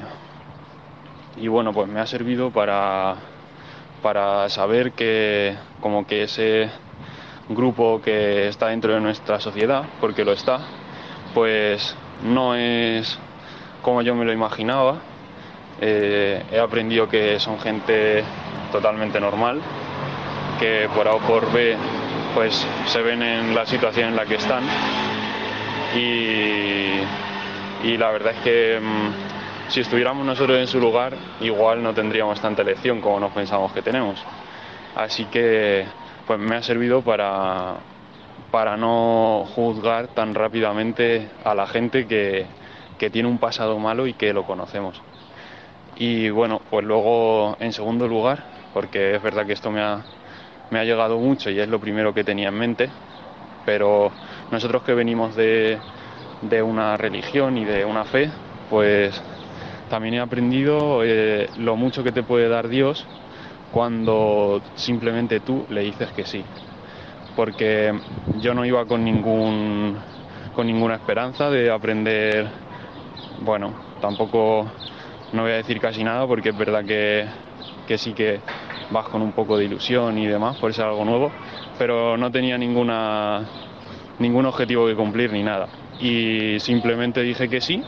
bueno, pues me ha servido para saber que como que ese grupo que está dentro de nuestra sociedad, porque lo está, pues no es como yo me lo imaginaba. He aprendido que son gente totalmente normal, que por A o por B pues se ven en la situación en la que están, y la verdad es que si estuviéramos nosotros en su lugar igual no tendríamos tanta elección como nos pensamos que tenemos. Así que pues me ha servido para no juzgar tan rápidamente a la gente que tiene un pasado malo y que lo conocemos. Y bueno, pues luego en segundo lugar, porque es verdad que esto me ha llegado mucho y es lo primero que tenía en mente, pero nosotros que venimos de una religión y de una fe, pues también he aprendido lo mucho que te puede dar Dios cuando simplemente tú le dices que sí. Porque yo no iba con ninguna esperanza de aprender, bueno, tampoco, no voy a decir casi nada, porque es verdad que sí que vas con un poco de ilusión y demás por ser algo nuevo, pero no tenía ningún objetivo que cumplir ni nada. Y simplemente dije que sí,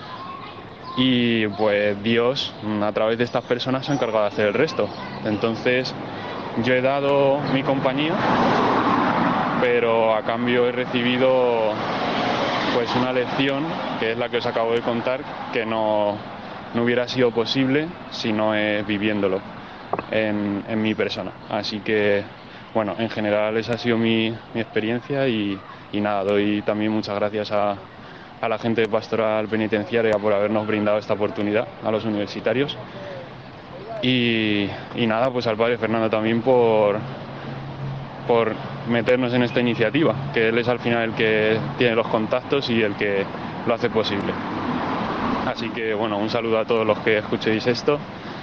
y pues Dios, a través de estas personas, se ha encargado de hacer el resto. Entonces yo he dado mi compañía, pero a cambio he recibido pues una lección, que es la que os acabo de contar, que no hubiera sido posible si no es viviéndolo en mi persona. Así que, bueno, en general esa ha sido mi experiencia y nada, doy también muchas gracias a la gente de Pastoral Penitenciaria por habernos brindado esta oportunidad, a los universitarios. Y nada, pues al padre Fernando también por meternos en esta iniciativa, que él es al final el que tiene los contactos y el que lo hace posible. Así que bueno, un saludo a todos los que escuchéis esto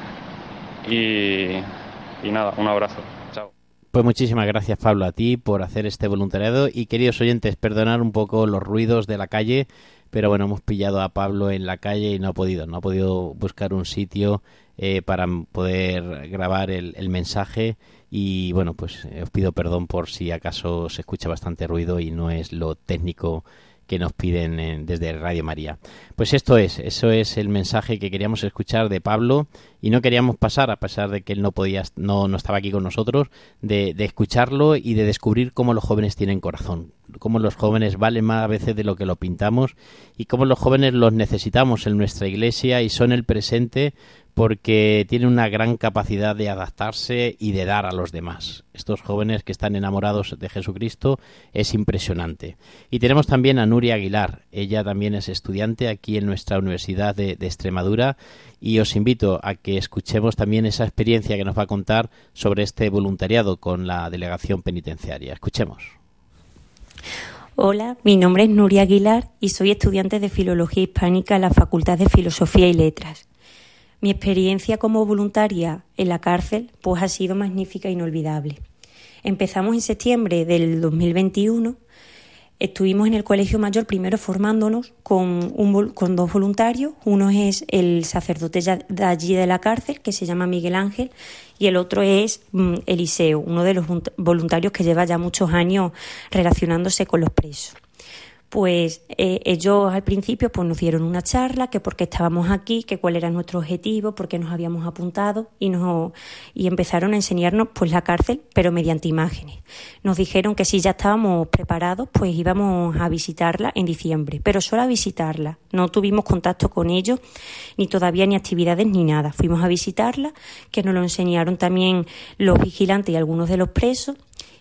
y nada, un abrazo. Chao. Pues muchísimas gracias, Pablo, a ti por hacer este voluntariado. Y queridos oyentes, perdonar un poco los ruidos de la calle, pero bueno, hemos pillado a Pablo en la calle y no ha podido buscar un sitio para poder grabar el mensaje. Y bueno, pues os pido perdón por si acaso se escucha bastante ruido y no es lo técnico que nos piden desde Radio María. Pues eso es el mensaje que queríamos escuchar de Pablo y no queríamos pasar, a pesar de que él no estaba aquí con nosotros, de escucharlo y de descubrir cómo los jóvenes tienen corazón, cómo los jóvenes valen más a veces de lo que lo pintamos y cómo los jóvenes los necesitamos en nuestra iglesia y son el presente porque tienen una gran capacidad de adaptarse y de dar a los demás. Estos jóvenes que están enamorados de Jesucristo es impresionante. Y tenemos también a Nuria Aguilar. Ella también es estudiante aquí en nuestra Universidad de Extremadura y os invito a que escuchemos también esa experiencia que nos va a contar sobre este voluntariado con la delegación penitenciaria. Escuchemos. Hola, mi nombre es Nuria Aguilar y soy estudiante de Filología Hispánica en la Facultad de Filosofía y Letras. Mi experiencia como voluntaria en la cárcel pues ha sido magnífica e inolvidable. Empezamos en septiembre del 2021, estuvimos en el Colegio Mayor primero formándonos con dos voluntarios. Uno es el sacerdote de allí de la cárcel, que se llama Miguel Ángel, y el otro es Eliseo, uno de los voluntarios que lleva ya muchos años relacionándose con los presos. Pues ellos al principio pues nos dieron una charla, que por qué estábamos aquí, que cuál era nuestro objetivo, por qué nos habíamos apuntado y empezaron a enseñarnos pues la cárcel, pero mediante imágenes. Nos dijeron que si ya estábamos preparados pues íbamos a visitarla en diciembre, pero solo a visitarla. No tuvimos contacto con ellos, ni todavía ni actividades ni nada. Fuimos a visitarla, que nos lo enseñaron también los vigilantes y algunos de los presos.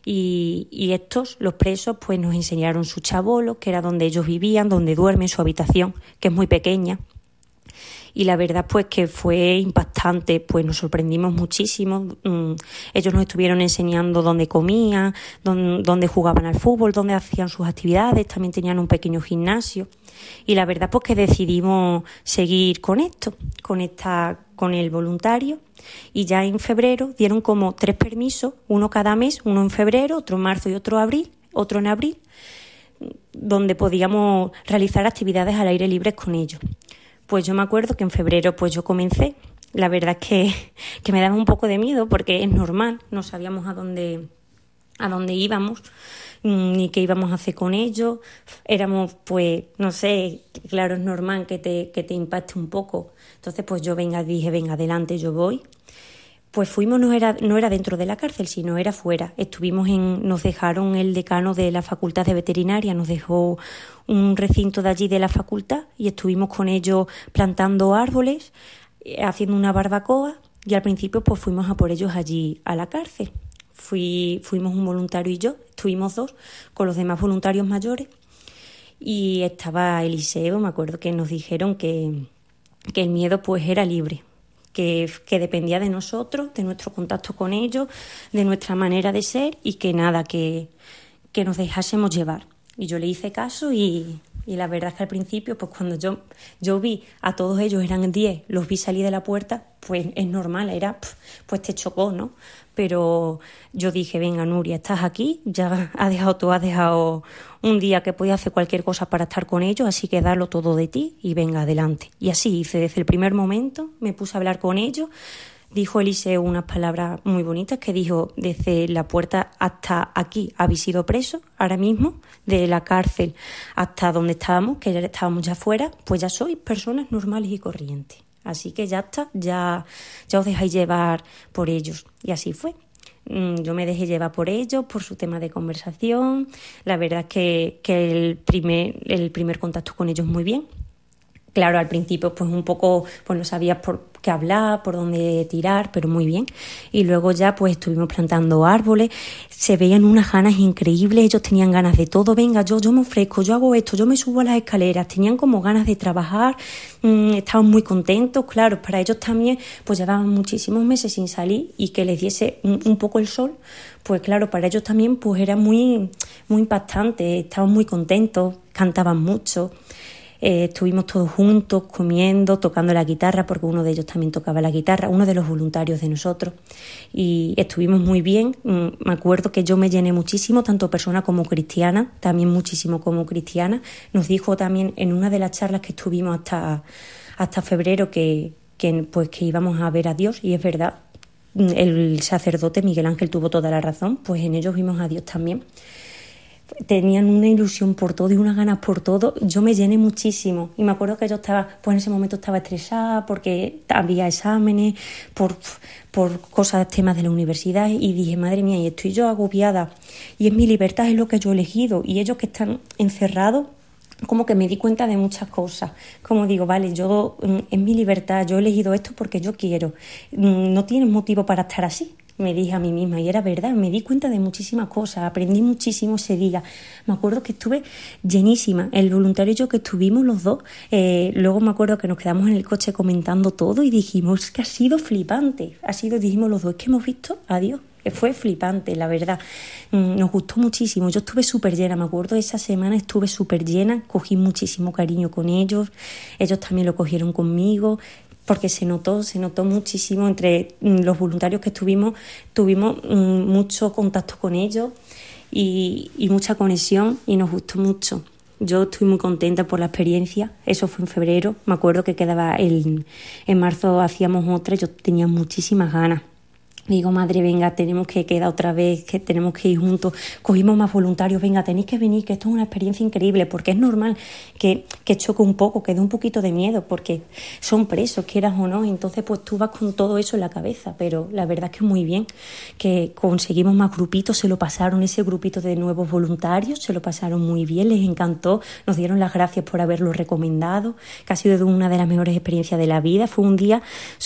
Y estos, los presos, pues nos enseñaron su chabolo, que era donde ellos vivían, donde duermen, su habitación, que es muy pequeña. Y la verdad pues que fue impactante, pues nos sorprendimos muchísimo. Ellos nos estuvieron enseñando dónde comían, dónde jugaban al fútbol, dónde hacían sus actividades, también tenían un pequeño gimnasio. Y la verdad pues que decidimos seguir con esto, con el voluntario. Y ya en febrero dieron como 3 permisos, uno cada mes, uno en febrero, otro en marzo y otro en abril, donde podíamos realizar actividades al aire libre con ellos. Pues yo me acuerdo que en febrero pues yo comencé. La verdad es que me daba un poco de miedo porque es normal, no sabíamos a dónde íbamos ni qué íbamos a hacer con ellos. Éramos pues, no sé, claro, es normal que te impacte un poco. Entonces pues yo dije, venga, adelante, yo voy. Pues fuimos, no era dentro de la cárcel, sino era fuera. Nos dejaron el decano de la Facultad de Veterinaria, nos dejó un recinto de allí de la facultad y estuvimos con ellos plantando árboles, haciendo una barbacoa y al principio pues fuimos a por ellos allí a la cárcel. Fuimos un voluntario y yo, estuvimos 2 con los demás voluntarios mayores y estaba Eliseo. Me acuerdo que nos dijeron que el miedo pues era libre, que dependía de nosotros, de nuestro contacto con ellos, de nuestra manera de ser y que nada, que nos dejásemos llevar. Y yo le hice caso y la verdad es que al principio, pues cuando yo vi a todos ellos, eran 10, los vi salir de la puerta, pues es normal, pues te chocó, ¿no? Pero yo dije, venga Nuria, estás aquí, ya has dejado un día que podías hacer cualquier cosa para estar con ellos, así que darlo todo de ti y venga adelante. Y así hice, desde el primer momento me puse a hablar con ellos, dijo Eliseo unas palabras muy bonitas que dijo: desde la puerta hasta aquí habéis sido presos, ahora mismo, de la cárcel hasta donde estábamos, que ya estábamos ya fuera, pues ya sois personas normales y corrientes. Así que ya está, ya os dejáis llevar por ellos. Y así fue. Yo me dejé llevar por ellos, por su tema de conversación. La verdad es que el primer contacto con ellos muy bien. Claro, al principio pues un poco pues no sabías por qué hablar, por dónde tirar, pero muy bien. Y luego ya pues estuvimos plantando árboles, se veían unas ganas increíbles, ellos tenían ganas de todo. Venga, yo me ofrezco, yo hago esto, yo me subo a las escaleras. Tenían como ganas de trabajar, estaban muy contentos. Claro, para ellos también pues llevaban muchísimos meses sin salir y que les diese un poco el sol, pues claro, para ellos también pues era muy, muy impactante. Estaban muy contentos, cantaban mucho. Estuvimos todos juntos, comiendo, tocando la guitarra, porque uno de ellos también tocaba la guitarra, uno de los voluntarios de nosotros, y estuvimos muy bien. Me acuerdo que yo me llené muchísimo, tanto persona como cristiana, también muchísimo como cristiana. Nos dijo también en una de las charlas que estuvimos hasta febrero que íbamos a ver a Dios, y es verdad, el sacerdote Miguel Ángel tuvo toda la razón, pues en ellos vimos a Dios también. Tenían una ilusión por todo y unas ganas por todo. Yo me llené muchísimo y me acuerdo que yo estaba, pues en ese momento estaba estresada porque había exámenes, por cosas, temas de la universidad, y dije, madre mía, y estoy yo agobiada y es mi libertad, es lo que yo he elegido, y ellos que están encerrados, como que me di cuenta de muchas cosas. Como digo, vale, yo es mi libertad, yo he elegido esto porque yo quiero, no tienes motivo para estar así, me dije a mí misma, y era verdad. Me di cuenta de muchísimas cosas, aprendí muchísimo ese día. Me acuerdo que estuve llenísima, el voluntario y yo que estuvimos los dos. Luego me acuerdo que nos quedamos en el coche comentando todo y dijimos, es que ha sido flipante, dijimos los dos, es que hemos visto a Dios. Fue flipante, la verdad. Nos gustó muchísimo. Yo estuve súper llena, me acuerdo, esa semana estuve súper llena, cogí muchísimo cariño con ellos también lo cogieron conmigo, porque se notó muchísimo entre los voluntarios que tuvimos mucho contacto con ellos y mucha conexión, y nos gustó mucho. Yo estoy muy contenta por la experiencia. Eso fue en febrero, me acuerdo que quedaba en marzo hacíamos otra, yo tenía muchísimas ganas. Digo, madre, venga, tenemos que quedar otra vez, que tenemos que ir juntos. Cogimos más voluntarios, venga, tenéis que venir, que esto es una experiencia increíble, porque es normal que choque un poco, que dé un poquito de miedo, porque son presos, quieras o no. Entonces, pues tú vas con todo eso en la cabeza, pero la verdad es que muy bien, que conseguimos más grupitos, ese grupito de nuevos voluntarios, se lo pasaron muy bien, les encantó, nos dieron las gracias por haberlo recomendado, que ha sido una de las mejores experiencias de la vida. Fue un día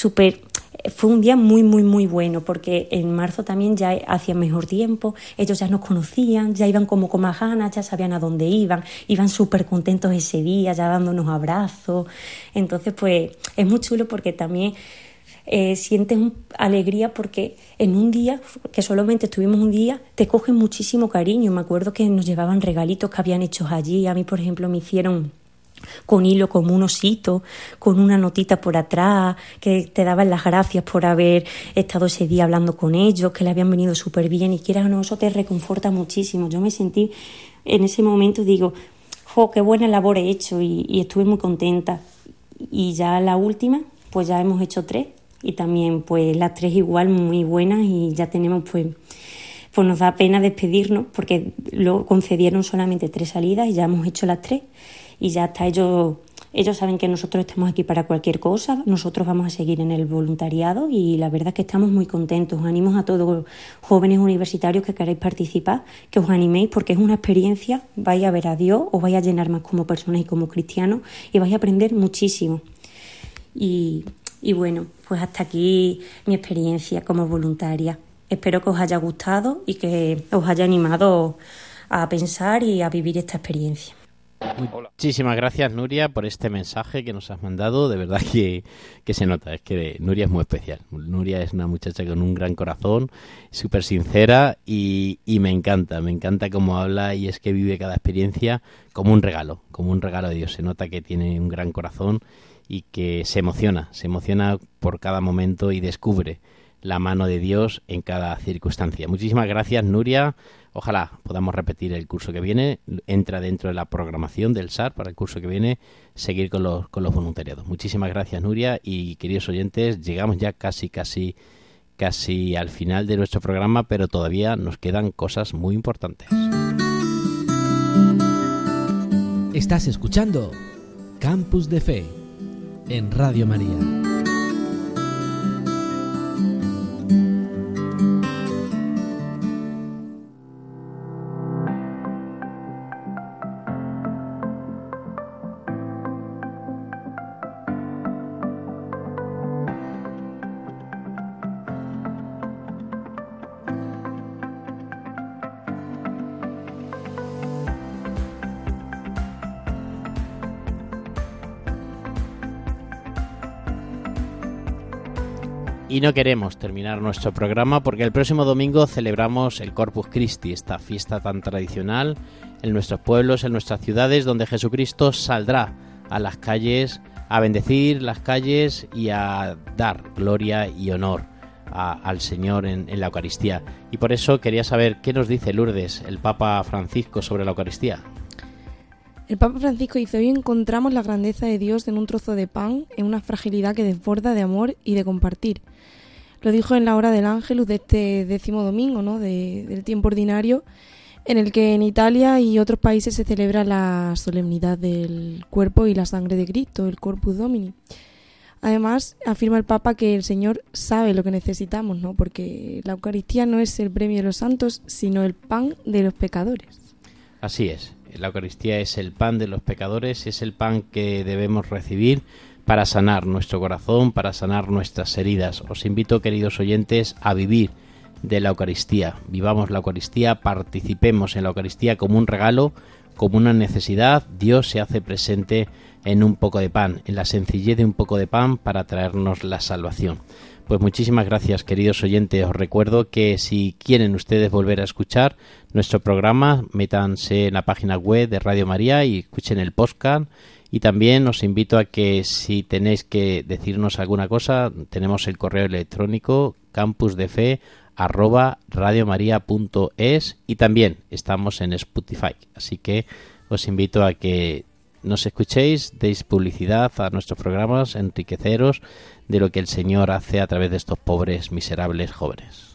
muy, muy, muy bueno, porque en marzo también ya hacía mejor tiempo, ellos ya nos conocían, ya iban como con más ganas, ya sabían a dónde iban súper contentos ese día, ya dándonos abrazos. Entonces, pues es muy chulo, porque también sientes alegría, porque en un día, que solamente estuvimos un día, te cogen muchísimo cariño. Me acuerdo que nos llevaban regalitos que habían hecho allí. A mí, por ejemplo, me hicieron con hilo como un osito, con una notita por atrás, que te daban las gracias por haber estado ese día hablando con ellos, que le habían venido súper bien, y quieras o no, eso te reconforta muchísimo. Yo me sentí en ese momento, digo, jo, qué buena labor he hecho, y estuve muy contenta. Y ya la última, pues ya hemos hecho 3, y también pues las 3 igual muy buenas, y ya tenemos pues nos da pena despedirnos, porque lo concedieron solamente 3 salidas y ya hemos hecho las 3. Y ya está, ellos saben que nosotros estamos aquí para cualquier cosa, nosotros vamos a seguir en el voluntariado, y la verdad es que estamos muy contentos. Animos a todos los jóvenes universitarios que queráis participar, que os animéis, porque es una experiencia, vais a ver a Dios, os vais a llenar más como personas y como cristianos, y vais a aprender muchísimo. Y bueno, pues hasta aquí mi experiencia como voluntaria. Espero que os haya gustado y que os haya animado a pensar y a vivir esta experiencia. Muchísimas gracias, Nuria, por este mensaje que nos has mandado. De verdad que se nota, es que Nuria es muy especial. Nuria es una muchacha con un gran corazón, súper sincera, y me encanta cómo habla, y es que vive cada experiencia como un regalo de Dios. Se nota que tiene un gran corazón y que se emociona por cada momento y descubre la mano de Dios en cada circunstancia. Muchísimas gracias, Nuria. Ojalá podamos repetir el curso que viene. Entra dentro de la programación del SAR para el curso que viene, seguir con los voluntariados. Muchísimas gracias, Nuria. Y queridos oyentes, llegamos ya casi al final de nuestro programa, pero todavía nos quedan cosas muy importantes. Estás escuchando Campus de Fe en Radio María. Y no queremos terminar nuestro programa porque el próximo domingo celebramos el Corpus Christi, esta fiesta tan tradicional en nuestros pueblos, en nuestras ciudades, donde Jesucristo saldrá a las calles a bendecir las calles y a dar gloria y honor al Señor en la Eucaristía. Y por eso quería saber qué nos dice Lourdes, el Papa Francisco, sobre la Eucaristía. El Papa Francisco dice: hoy encontramos la grandeza de Dios en un trozo de pan, en una fragilidad que desborda de amor y de compartir. Lo dijo en la hora del Ángelus de este 10º domingo, ¿no?, del tiempo ordinario, en el que en Italia y otros países se celebra la solemnidad del cuerpo y la sangre de Cristo, el Corpus Domini. Además, afirma el Papa que el Señor sabe lo que necesitamos, ¿no?, porque la Eucaristía no es el premio de los santos, sino el pan de los pecadores. Así es. La Eucaristía es el pan de los pecadores, es el pan que debemos recibir para sanar nuestro corazón, para sanar nuestras heridas. Os invito, queridos oyentes, a vivir de la Eucaristía. Vivamos la Eucaristía, participemos en la Eucaristía como un regalo, como una necesidad. Dios se hace presente en un poco de pan, en la sencillez de un poco de pan para traernos la salvación. Pues muchísimas gracias, queridos oyentes. Os recuerdo que si quieren ustedes volver a escuchar nuestro programa, métanse en la página web de Radio María y escuchen el podcast. Y también os invito a que si tenéis que decirnos alguna cosa, tenemos el correo electrónico campusdefe@radiomaria.es y también estamos en Spotify. Así que os invito a que nos escuchéis, deis publicidad a nuestros programas, enriqueceros de lo que el Señor hace a través de estos pobres, miserables jóvenes.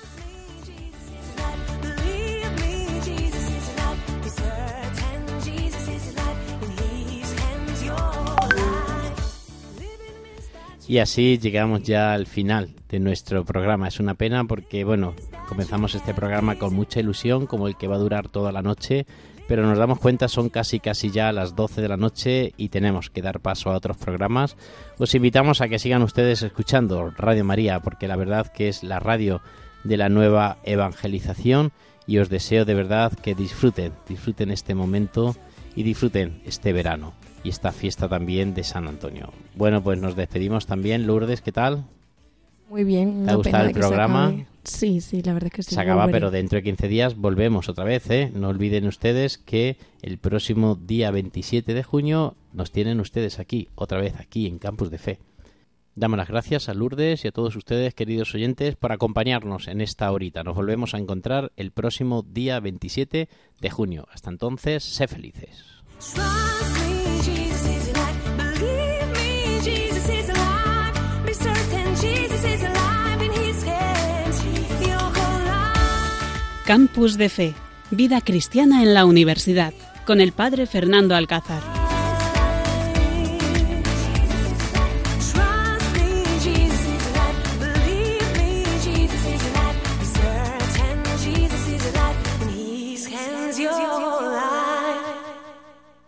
Y así llegamos ya al final de nuestro programa. Es una pena porque, bueno, comenzamos este programa con mucha ilusión, como el que va a durar toda la noche, pero nos damos cuenta, son casi ya las 12 de la noche y tenemos que dar paso a otros programas. Os invitamos a que sigan ustedes escuchando Radio María, porque la verdad que es la radio de la nueva evangelización, y os deseo de verdad que disfruten este momento y disfruten este verano y esta fiesta también de San Antonio. Bueno, pues nos despedimos también. Lourdes, ¿qué tal? Muy bien. ¿Te ha gustado el programa? Sí, la verdad es que sí. Se acaba, pero dentro de 15 días volvemos otra vez, ¿eh? No olviden ustedes que el próximo día 27 de junio nos tienen ustedes aquí, otra vez aquí en Campus de Fe. Damos las gracias a Lourdes y a todos ustedes, queridos oyentes, por acompañarnos en esta horita. Nos volvemos a encontrar el próximo día 27 de junio. Hasta entonces, sé felices. Campus de Fe, vida cristiana en la universidad, con el padre Fernando Alcázar.